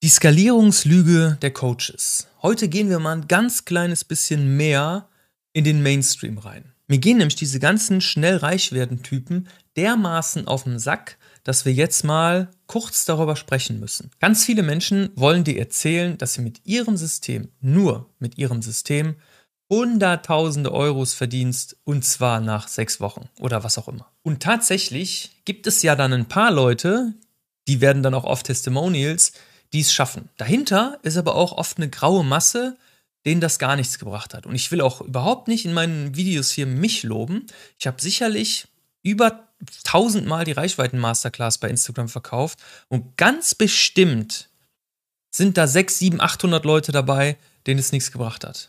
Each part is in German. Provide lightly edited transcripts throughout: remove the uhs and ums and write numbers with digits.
Die Skalierungslüge der Coaches. Heute gehen wir mal ein ganz kleines bisschen mehr in den Mainstream rein. Mir gehen nämlich diese ganzen schnell reich werden Typen dermaßen auf den Sack, dass wir jetzt mal kurz darüber sprechen müssen. Ganz viele Menschen wollen dir erzählen, dass sie mit ihrem System, nur mit ihrem System, Hunderttausende Euros verdienst, und zwar nach 6 Wochen oder was auch immer. Und tatsächlich gibt es ja dann ein paar Leute, die werden dann auch oft Testimonials, die es schaffen. Dahinter ist aber auch oft eine graue Masse, denen das gar nichts gebracht hat. Und ich will auch überhaupt nicht in meinen Videos hier mich loben. Ich habe sicherlich über 1000 Mal die Reichweiten-Masterclass bei Instagram verkauft und ganz bestimmt sind da 600, 700, 800 Leute dabei, denen es nichts gebracht hat.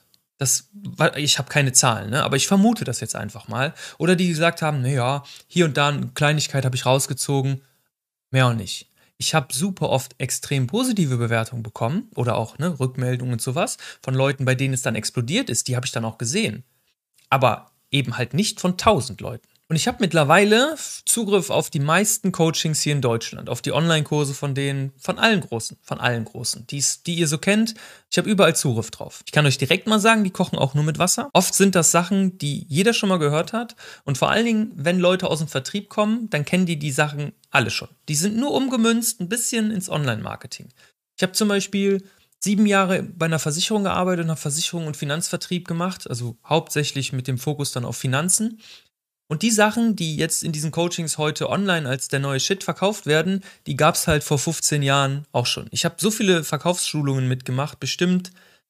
Ich habe keine Zahlen, ne? Aber ich vermute das jetzt einfach mal. Oder die gesagt haben, naja, hier und da eine Kleinigkeit habe ich rausgezogen, mehr auch nicht. Ich habe super oft extrem positive Bewertungen bekommen oder auch Rückmeldungen und sowas von Leuten, bei denen es dann explodiert ist. Die habe ich dann auch gesehen. Aber eben halt nicht von 1000 Leuten. Und ich habe mittlerweile Zugriff auf die meisten Coachings hier in Deutschland, auf die Online-Kurse von denen, von allen Großen, die ihr so kennt. Ich habe überall Zugriff drauf. Ich kann euch direkt mal sagen, die kochen auch nur mit Wasser. Oft sind das Sachen, die jeder schon mal gehört hat. Und vor allen Dingen, wenn Leute aus dem Vertrieb kommen, dann kennen die Sachen alle schon. Die sind nur umgemünzt ein bisschen ins Online-Marketing. Ich habe zum Beispiel 7 Jahre bei einer Versicherung gearbeitet und habe Versicherung und Finanzvertrieb gemacht, also hauptsächlich mit dem Fokus dann auf Finanzen. Und die Sachen, die jetzt in diesen Coachings heute online als der neue Shit verkauft werden, die gab es halt vor 15 Jahren auch schon. Ich habe so viele Verkaufsschulungen mitgemacht, bestimmt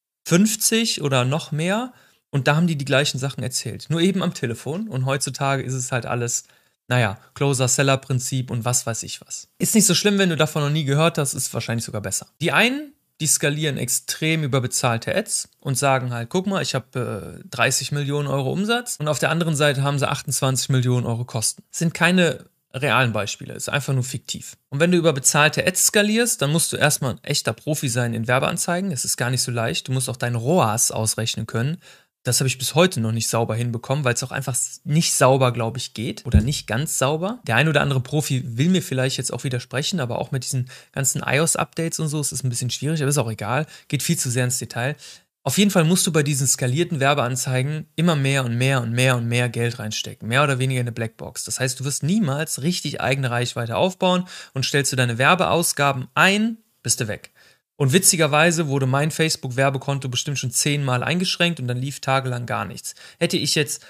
50 oder noch mehr. Und da haben die gleichen Sachen erzählt. Nur eben am Telefon. Und heutzutage ist es halt alles, Closer-Seller-Prinzip und was weiß ich was. Ist nicht so schlimm, wenn du davon noch nie gehört hast, ist wahrscheinlich sogar besser. Die einen, die skalieren extrem über bezahlte Ads und sagen halt, guck mal, ich habe 30 Millionen Euro Umsatz und auf der anderen Seite haben sie 28 Millionen Euro Kosten. Das sind keine realen Beispiele, ist einfach nur fiktiv. Und wenn du über bezahlte Ads skalierst, dann musst du erstmal ein echter Profi sein in Werbeanzeigen. Es ist gar nicht so leicht. Du musst auch deinen ROAS ausrechnen können. Das habe ich bis heute noch nicht sauber hinbekommen, weil es auch einfach nicht sauber, glaube ich, geht. Oder nicht ganz sauber. Der ein oder andere Profi will mir vielleicht jetzt auch widersprechen, aber auch mit diesen ganzen iOS-Updates und so ist es ein bisschen schwierig, aber ist auch egal. Geht viel zu sehr ins Detail. Auf jeden Fall musst du bei diesen skalierten Werbeanzeigen immer mehr und mehr und mehr und mehr Geld reinstecken. Mehr oder weniger in eine Blackbox. Das heißt, du wirst niemals richtig eigene Reichweite aufbauen und stellst du deine Werbeausgaben ein, bist du weg. Und witzigerweise wurde mein Facebook-Werbekonto bestimmt schon 10-mal eingeschränkt und dann lief tagelang gar nichts. Hätte ich jetzt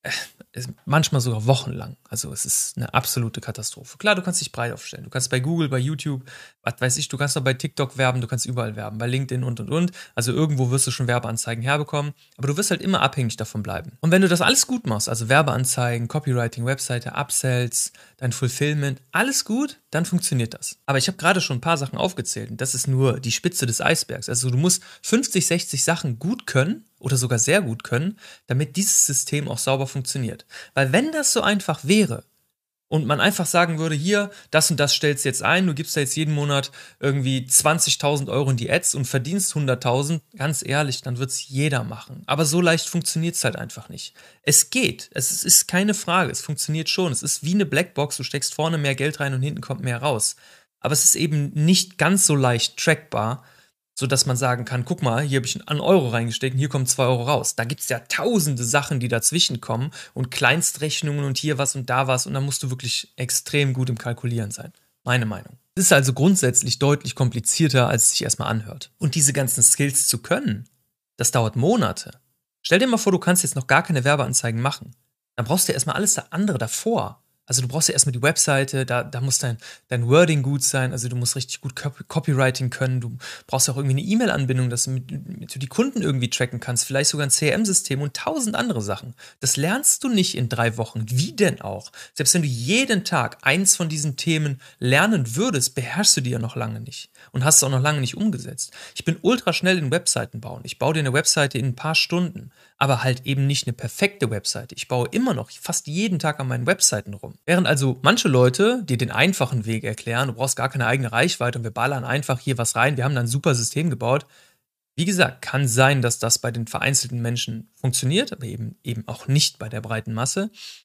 manchmal sogar wochenlang. Also es ist eine absolute Katastrophe. Klar, du kannst dich breit aufstellen. Du kannst bei Google, bei YouTube, was weiß ich, du kannst auch bei TikTok werben, du kannst überall werben, bei LinkedIn und. Also irgendwo wirst du schon Werbeanzeigen herbekommen, aber du wirst halt immer abhängig davon bleiben. Und wenn du das alles gut machst, also Werbeanzeigen, Copywriting, Webseite, Upsells, dein Fulfillment, alles gut, dann funktioniert das. Aber ich habe gerade schon ein paar Sachen aufgezählt und das ist nur die Spitze des Eisbergs. Also du musst 50, 60 Sachen gut können oder sogar sehr gut können, damit dieses System auch sauber funktioniert. Weil wenn das so einfach wäre und man einfach sagen würde, hier, das und das stellst du jetzt ein, du gibst da jetzt jeden Monat irgendwie 20.000 Euro in die Ads und verdienst 100.000, ganz ehrlich, dann wird es jeder machen. Aber so leicht funktioniert es halt einfach nicht. Es geht, es ist keine Frage, es funktioniert schon. Es ist wie eine Blackbox, du steckst vorne mehr Geld rein und hinten kommt mehr raus. Aber es ist eben nicht ganz so leicht trackbar, sodass man sagen kann, guck mal, hier habe ich 1 Euro reingesteckt und hier kommen 2 Euro raus. Da gibt es ja tausende Sachen, die dazwischen kommen und Kleinstrechnungen und hier was und da was und da musst du wirklich extrem gut im Kalkulieren sein. Meine Meinung. Es ist also grundsätzlich deutlich komplizierter, als es sich erstmal anhört. Und diese ganzen Skills zu können, das dauert Monate. Stell dir mal vor, du kannst jetzt noch gar keine Werbeanzeigen machen. Dann brauchst du ja erstmal alles andere davor. Also du brauchst ja erstmal die Webseite, da muss dein Wording gut sein, also du musst richtig gut Copywriting können, du brauchst auch irgendwie eine E-Mail-Anbindung, dass du die Kunden irgendwie tracken kannst, vielleicht sogar ein CRM-System und 1000 andere Sachen. Das lernst du nicht in 3 Wochen, wie denn auch? Selbst wenn du jeden Tag eins von diesen Themen lernen würdest, beherrschst du die ja noch lange nicht und hast es auch noch lange nicht umgesetzt. Ich bin ultra schnell in Webseiten bauen, ich baue dir eine Webseite in ein paar Stunden, aber halt eben nicht eine perfekte Webseite. Ich baue immer noch fast jeden Tag an meinen Webseiten rum. Während also manche Leute dir den einfachen Weg erklären, du brauchst gar keine eigene Reichweite und wir ballern einfach hier was rein, wir haben da ein super System gebaut. Wie gesagt, kann sein, dass das bei den vereinzelten Menschen funktioniert, aber eben auch nicht bei der breiten Masse.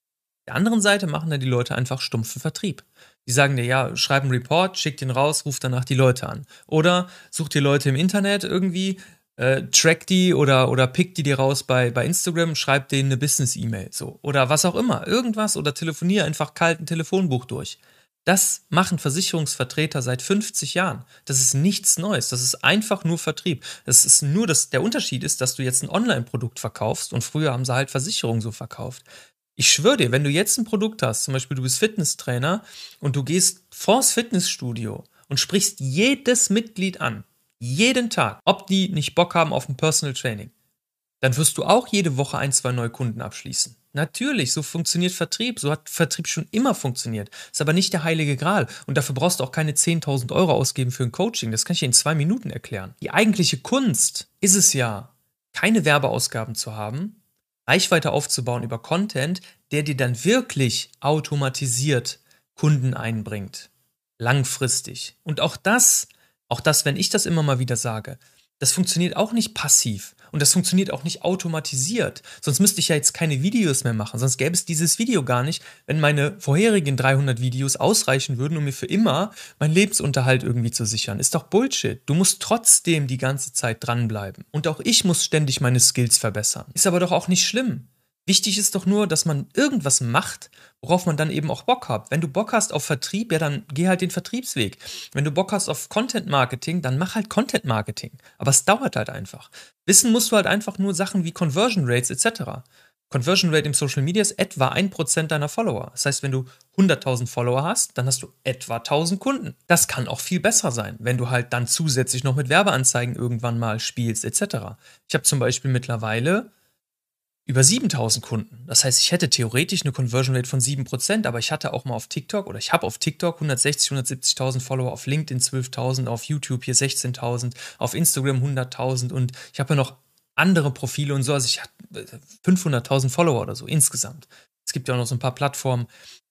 Der anderen Seite machen da die Leute einfach stumpfen Vertrieb. Die sagen dir, ja, schreib einen Report, schick den raus, ruf danach die Leute an. Oder such dir Leute im Internet irgendwie, track die oder pick die dir raus bei Instagram, schreib denen eine Business-E-Mail. So. Oder was auch immer. Irgendwas oder telefonier einfach kalt ein Telefonbuch durch. Das machen Versicherungsvertreter seit 50 Jahren. Das ist nichts Neues. Das ist einfach nur Vertrieb. Das ist nur, der Unterschied ist, dass du jetzt ein Online-Produkt verkaufst und früher haben sie halt Versicherungen so verkauft. Ich schwöre dir, wenn du jetzt ein Produkt hast, zum Beispiel du bist Fitnesstrainer und du gehst vors Fitnessstudio und sprichst jedes Mitglied an, jeden Tag, ob die nicht Bock haben auf ein Personal Training, dann wirst du auch jede Woche 1, 2 neue Kunden abschließen. Natürlich, so funktioniert Vertrieb. So hat Vertrieb schon immer funktioniert. Ist aber nicht der heilige Gral. Und dafür brauchst du auch keine 10.000 Euro ausgeben für ein Coaching. Das kann ich dir in 2 Minuten erklären. Die eigentliche Kunst ist es ja, keine Werbeausgaben zu haben, Reichweite aufzubauen über Content, der dir dann wirklich automatisiert Kunden einbringt. Langfristig. Und auch das, wenn ich das immer mal wieder sage, das funktioniert auch nicht passiv und das funktioniert auch nicht automatisiert. Sonst müsste ich ja jetzt keine Videos mehr machen, sonst gäbe es dieses Video gar nicht, wenn meine vorherigen 300 Videos ausreichen würden, um mir für immer meinen Lebensunterhalt irgendwie zu sichern. Ist doch Bullshit. Du musst trotzdem die ganze Zeit dranbleiben. Und auch ich muss ständig meine Skills verbessern. Ist aber doch auch nicht schlimm. Wichtig ist doch nur, dass man irgendwas macht, worauf man dann eben auch Bock hat. Wenn du Bock hast auf Vertrieb, ja, dann geh halt den Vertriebsweg. Wenn du Bock hast auf Content Marketing, dann mach halt Content Marketing. Aber es dauert halt einfach. Wissen musst du halt einfach nur Sachen wie Conversion Rates etc. Conversion Rate im Social Media ist etwa 1% deiner Follower. Das heißt, wenn du 100.000 Follower hast, dann hast du etwa 1.000 Kunden. Das kann auch viel besser sein, wenn du halt dann zusätzlich noch mit Werbeanzeigen irgendwann mal spielst etc. Ich habe zum Beispiel mittlerweile über 7.000 Kunden. Das heißt, ich hätte theoretisch eine Conversion Rate von 7%, aber ich hatte auch mal auf TikTok oder ich habe auf TikTok 160.000, 170.000 Follower, auf LinkedIn 12.000, auf YouTube hier 16.000, auf Instagram 100.000 und ich habe ja noch andere Profile und so, also ich hatte 500.000 Follower oder so insgesamt. Es gibt ja auch noch so ein paar Plattformen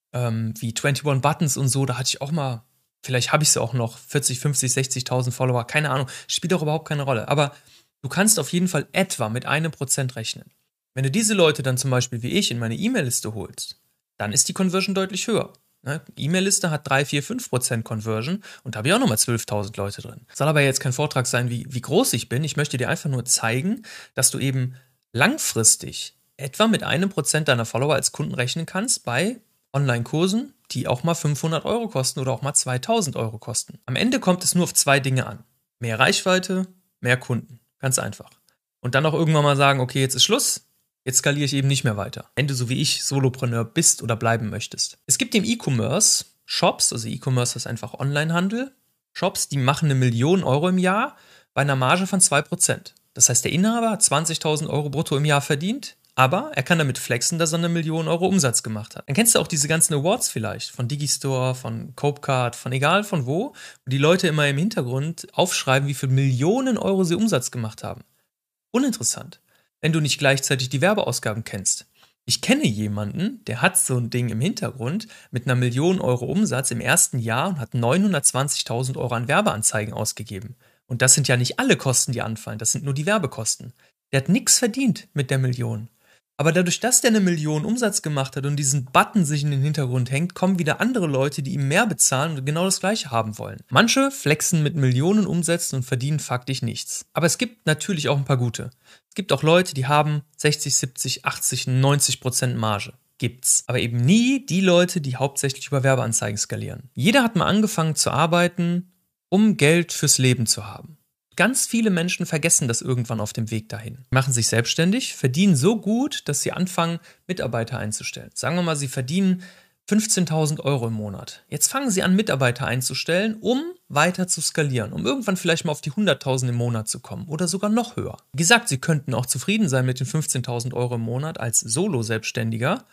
wie 21 Buttons und so, da hatte ich auch mal, vielleicht habe ich sie auch noch, 40, 50, 60.000 Follower, keine Ahnung, spielt auch überhaupt keine Rolle, aber du kannst auf jeden Fall etwa mit 1% rechnen. Wenn du diese Leute dann zum Beispiel wie ich in meine E-Mail-Liste holst, dann ist die Conversion deutlich höher. Ne? E-Mail-Liste hat 3, 4, 5% Conversion und da habe ich auch nochmal 12.000 Leute drin. Soll aber jetzt kein Vortrag sein, wie groß ich bin. Ich möchte dir einfach nur zeigen, dass du eben langfristig etwa mit 1% deiner Follower als Kunden rechnen kannst bei Online-Kursen, die auch mal 500 Euro kosten oder auch mal 2.000 Euro kosten. Am Ende kommt es nur auf 2 Dinge an. Mehr Reichweite, mehr Kunden. Ganz einfach. Und dann auch irgendwann mal sagen, okay, jetzt ist Schluss. Jetzt skaliere ich eben nicht mehr weiter. Wenn du so wie ich Solopreneur bist oder bleiben möchtest. Es gibt im E-Commerce Shops, also E-Commerce ist einfach Onlinehandel. Shops, die machen 1 Million Euro im Jahr bei einer Marge von 2%. Das heißt, der Inhaber hat 20.000 Euro brutto im Jahr verdient, aber er kann damit flexen, dass er 1 Million Euro Umsatz gemacht hat. Dann kennst du auch diese ganzen Awards vielleicht, von Digistore, von Copecard, von egal von wo die Leute immer im Hintergrund aufschreiben, wie viele Millionen Euro sie Umsatz gemacht haben. Uninteressant, wenn du nicht gleichzeitig die Werbeausgaben kennst. Ich kenne jemanden, der hat so ein Ding im Hintergrund mit 1 Million Euro Umsatz im ersten Jahr und hat 920.000 Euro an Werbeanzeigen ausgegeben. Und das sind ja nicht alle Kosten, die anfallen, das sind nur die Werbekosten. Der hat nichts verdient mit der Million. Aber dadurch, dass der 1 Million Umsatz gemacht hat und diesen Button sich in den Hintergrund hängt, kommen wieder andere Leute, die ihm mehr bezahlen und genau das Gleiche haben wollen. Manche flexen mit Millionen Umsätzen und verdienen faktisch nichts. Aber es gibt natürlich auch ein paar gute. Es gibt auch Leute, die haben 60, 70, 80, 90% Marge. Gibt's. Aber eben nie die Leute, die hauptsächlich über Werbeanzeigen skalieren. Jeder hat mal angefangen zu arbeiten, um Geld fürs Leben zu haben. Ganz viele Menschen vergessen das irgendwann auf dem Weg dahin. Machen sich selbstständig, verdienen so gut, dass sie anfangen, Mitarbeiter einzustellen. Sagen wir mal, sie verdienen 15.000 Euro im Monat. Jetzt fangen sie an, Mitarbeiter einzustellen, um weiter zu skalieren, um irgendwann vielleicht mal auf die 100.000 im Monat zu kommen oder sogar noch höher. Wie gesagt, sie könnten auch zufrieden sein mit den 15.000 Euro im Monat als Solo-Selbstständiger,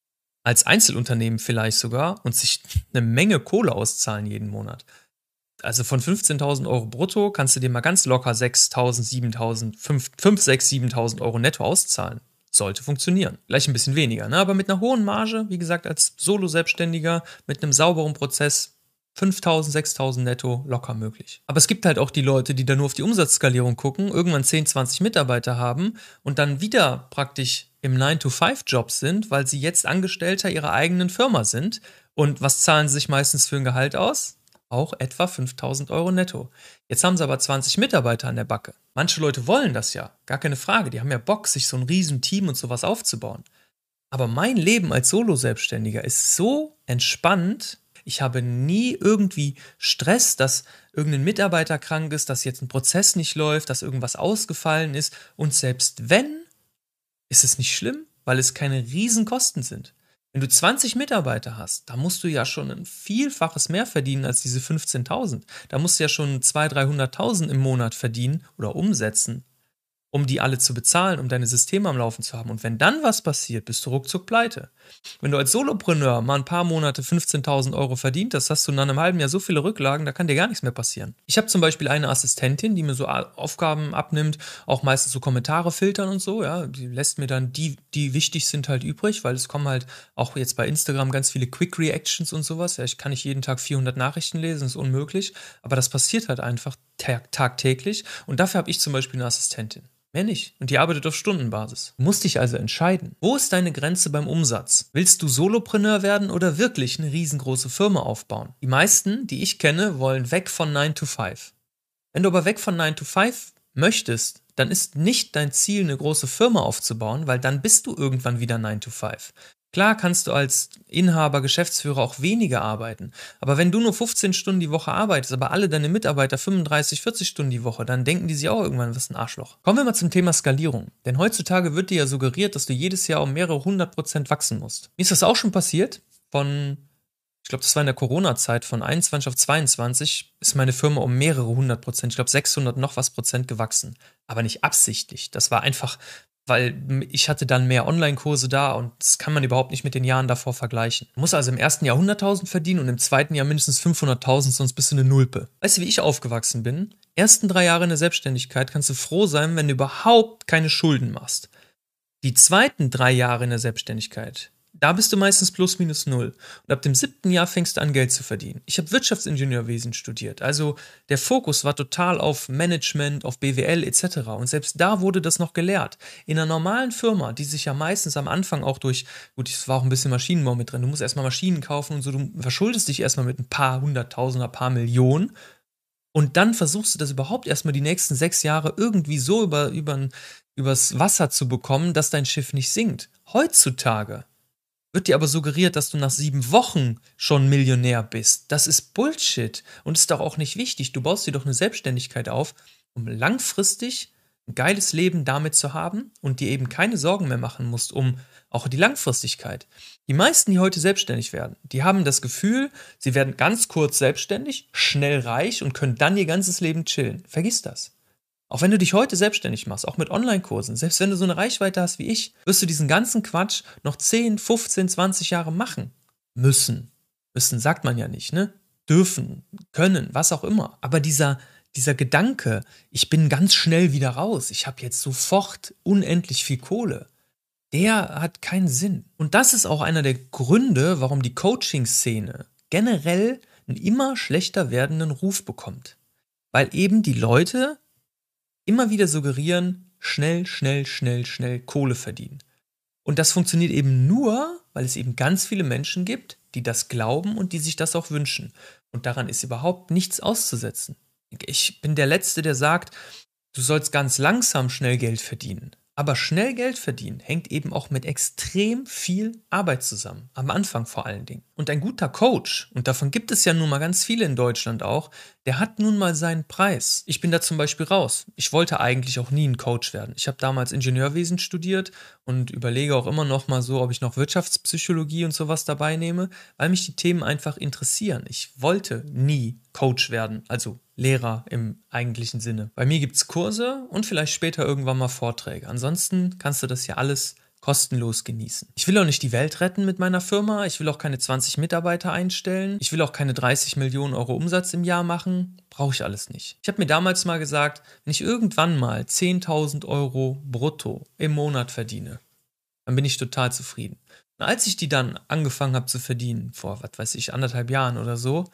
als Einzelunternehmen vielleicht sogar und sich eine Menge Kohle auszahlen jeden Monat. Also von 15.000 Euro brutto kannst du dir mal ganz locker 6.000, 7.000, 5, 6, 7.000 Euro netto auszahlen. Sollte funktionieren. Gleich ein bisschen weniger, ne? Aber mit einer hohen Marge, wie gesagt, als Solo-Selbstständiger, mit einem sauberen Prozess, 5.000, 6.000 netto locker möglich. Aber es gibt halt auch die Leute, die da nur auf die Umsatzskalierung gucken, irgendwann 10, 20 Mitarbeiter haben und dann wieder praktisch im 9-to-5-Job sind, weil sie jetzt Angestellter ihrer eigenen Firma sind. Und was zahlen sie sich meistens für ein Gehalt aus? Auch etwa 5.000 Euro netto. Jetzt haben sie aber 20 Mitarbeiter an der Backe. Manche Leute wollen das ja, gar keine Frage. Die haben ja Bock, sich so ein riesen Team und sowas aufzubauen. Aber mein Leben als Solo-Selbstständiger ist so entspannt. Ich habe nie irgendwie Stress, dass irgendein Mitarbeiter krank ist, dass jetzt ein Prozess nicht läuft, dass irgendwas ausgefallen ist. Und selbst wenn, ist es nicht schlimm, weil es keine Riesenkosten sind. Wenn du 20 Mitarbeiter hast, da musst du ja schon ein Vielfaches mehr verdienen als diese 15.000. Da musst du ja schon 200.000, 300.000 im Monat verdienen oder umsetzen, um die alle zu bezahlen, um deine Systeme am Laufen zu haben. Und wenn dann was passiert, bist du ruckzuck pleite. Wenn du als Solopreneur mal ein paar Monate 15.000 Euro verdient hast, hast du nach einem halben Jahr so viele Rücklagen, da kann dir gar nichts mehr passieren. Ich habe zum Beispiel eine Assistentin, die mir so Aufgaben abnimmt, auch meistens so Kommentare filtern und so, ja, die lässt mir dann die wichtig sind halt übrig, weil es kommen halt auch jetzt bei Instagram ganz viele Quick Reactions und sowas. Ja, ich kann nicht jeden Tag 400 Nachrichten lesen, das ist unmöglich, aber das passiert halt einfach tagtäglich und dafür habe ich zum Beispiel eine Assistentin. Mehr nicht. Und die arbeitet auf Stundenbasis. Du musst dich also entscheiden. Wo ist deine Grenze beim Umsatz? Willst du Solopreneur werden oder wirklich eine riesengroße Firma aufbauen? Die meisten, die ich kenne, wollen weg von 9 to 5. Wenn du aber weg von 9 to 5 möchtest, dann ist nicht dein Ziel, eine große Firma aufzubauen, weil dann bist du irgendwann wieder 9 to 5. Klar kannst du als Inhaber, Geschäftsführer auch weniger arbeiten, aber wenn du nur 15 Stunden die Woche arbeitest, aber alle deine Mitarbeiter 35, 40 Stunden die Woche, dann denken die sich auch irgendwann, was ein Arschloch. Kommen wir mal zum Thema Skalierung, denn heutzutage wird dir ja suggeriert, dass du jedes Jahr um mehrere 100% wachsen musst. Mir ist das auch schon passiert, ich glaube, das war in der Corona-Zeit von 21 auf 22, ist meine Firma um mehrere 100%, ich glaube 600 noch was Prozent gewachsen. Aber nicht absichtlich. Das war einfach, weil ich hatte dann mehr Online-Kurse da und das kann man überhaupt nicht mit den Jahren davor vergleichen. Du musst also im ersten Jahr 100.000 verdienen und im zweiten Jahr mindestens 500.000, sonst bist du eine Nulpe. Weißt du, wie ich aufgewachsen bin? Ersten 3 Jahre in der Selbstständigkeit kannst du froh sein, wenn du überhaupt keine Schulden machst. Die zweiten 3 Jahre in der Selbstständigkeit, da bist du meistens plus minus null. Und ab dem 7. Jahr fängst du an, Geld zu verdienen. Ich habe Wirtschaftsingenieurwesen studiert. Also der Fokus war total auf Management, auf BWL etc. Und selbst da wurde das noch gelehrt. In einer normalen Firma, die sich ja meistens am Anfang auch gut, es war auch ein bisschen Maschinenbau mit drin. Du musst erstmal Maschinen kaufen und so. Du verschuldest dich erstmal mit ein paar 100.000, ein paar Millionen. Und dann versuchst du das überhaupt erstmal die nächsten 6 Jahre irgendwie so übers Wasser zu bekommen, dass dein Schiff nicht sinkt. Heutzutage wird dir aber suggeriert, dass du nach 7 Wochen schon Millionär bist. Das ist Bullshit und ist doch auch nicht wichtig. Du baust dir doch eine Selbstständigkeit auf, um langfristig ein geiles Leben damit zu haben und dir eben keine Sorgen mehr machen musst um auch die Langfristigkeit. Die meisten, die heute selbstständig werden, die haben das Gefühl, sie werden ganz kurz selbstständig, schnell reich und können dann ihr ganzes Leben chillen. Vergiss das. Auch wenn du dich heute selbstständig machst, auch mit Online-Kursen, selbst wenn du so eine Reichweite hast wie ich, wirst du diesen ganzen Quatsch noch 10, 15, 20 Jahre machen müssen. Müssen sagt man ja nicht, ne? Dürfen, können, was auch immer. Aber dieser Gedanke, ich bin ganz schnell wieder raus, ich habe jetzt sofort unendlich viel Kohle, der hat keinen Sinn. Und das ist auch einer der Gründe, warum die Coaching-Szene generell einen immer schlechter werdenden Ruf bekommt. Weil eben die Leute immer wieder suggerieren, schnell, schnell, schnell, schnell Kohle verdienen. Und das funktioniert eben nur, weil es eben ganz viele Menschen gibt, die das glauben und die sich das auch wünschen. Und daran ist überhaupt nichts auszusetzen. Ich bin der Letzte, der sagt, du sollst ganz langsam schnell Geld verdienen. Aber schnell Geld verdienen hängt eben auch mit extrem viel Arbeit zusammen. Am Anfang vor allen Dingen. Und ein guter Coach, und davon gibt es ja nun mal ganz viele in Deutschland auch, der hat nun mal seinen Preis. Ich bin da zum Beispiel raus. Ich wollte eigentlich auch nie ein Coach werden. Ich habe damals Ingenieurwesen studiert und überlege auch immer noch mal so, ob ich noch Wirtschaftspsychologie und sowas dabei nehme, weil mich die Themen einfach interessieren. Ich wollte nie Coach werden, also Lehrer im eigentlichen Sinne. Bei mir gibt es Kurse und vielleicht später irgendwann mal Vorträge. Ansonsten kannst du das ja alles kostenlos genießen. Ich will auch nicht die Welt retten mit meiner Firma. Ich will auch keine 20 Mitarbeiter einstellen. Ich will auch keine 30 Millionen Euro Umsatz im Jahr machen. Brauche ich alles nicht. Ich habe mir damals mal gesagt, wenn ich irgendwann mal 10.000 Euro brutto im Monat verdiene, dann bin ich total zufrieden. Und als ich die dann angefangen habe zu verdienen, vor, was weiß ich, 1,5 Jahren oder so,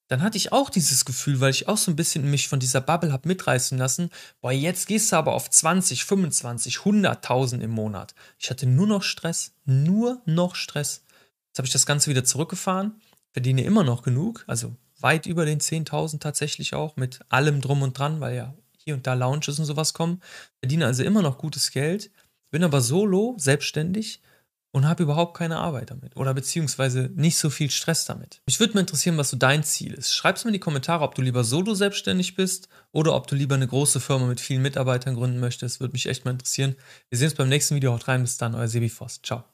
dann hatte ich auch dieses Gefühl, weil ich auch so ein bisschen mich von dieser Bubble habe mitreißen lassen. Boah, jetzt gehst du aber auf 20, 25, 100.000 im Monat. Ich hatte nur noch Stress, nur noch Stress. Jetzt habe ich das Ganze wieder zurückgefahren, verdiene immer noch genug, also weit über den 10.000 tatsächlich auch, mit allem drum und dran, weil ja hier und da Lounges und sowas kommen. Verdiene also immer noch gutes Geld, bin aber solo, selbstständig und habe überhaupt keine Arbeit damit oder beziehungsweise nicht so viel Stress damit. Mich würde mal interessieren, was so dein Ziel ist. Schreib es mir in die Kommentare, ob du lieber solo selbstständig bist oder ob du lieber eine große Firma mit vielen Mitarbeitern gründen möchtest. Würde mich echt mal interessieren. Wir sehen uns beim nächsten Video. Haut rein, bis dann, euer Sebi Voss. Ciao.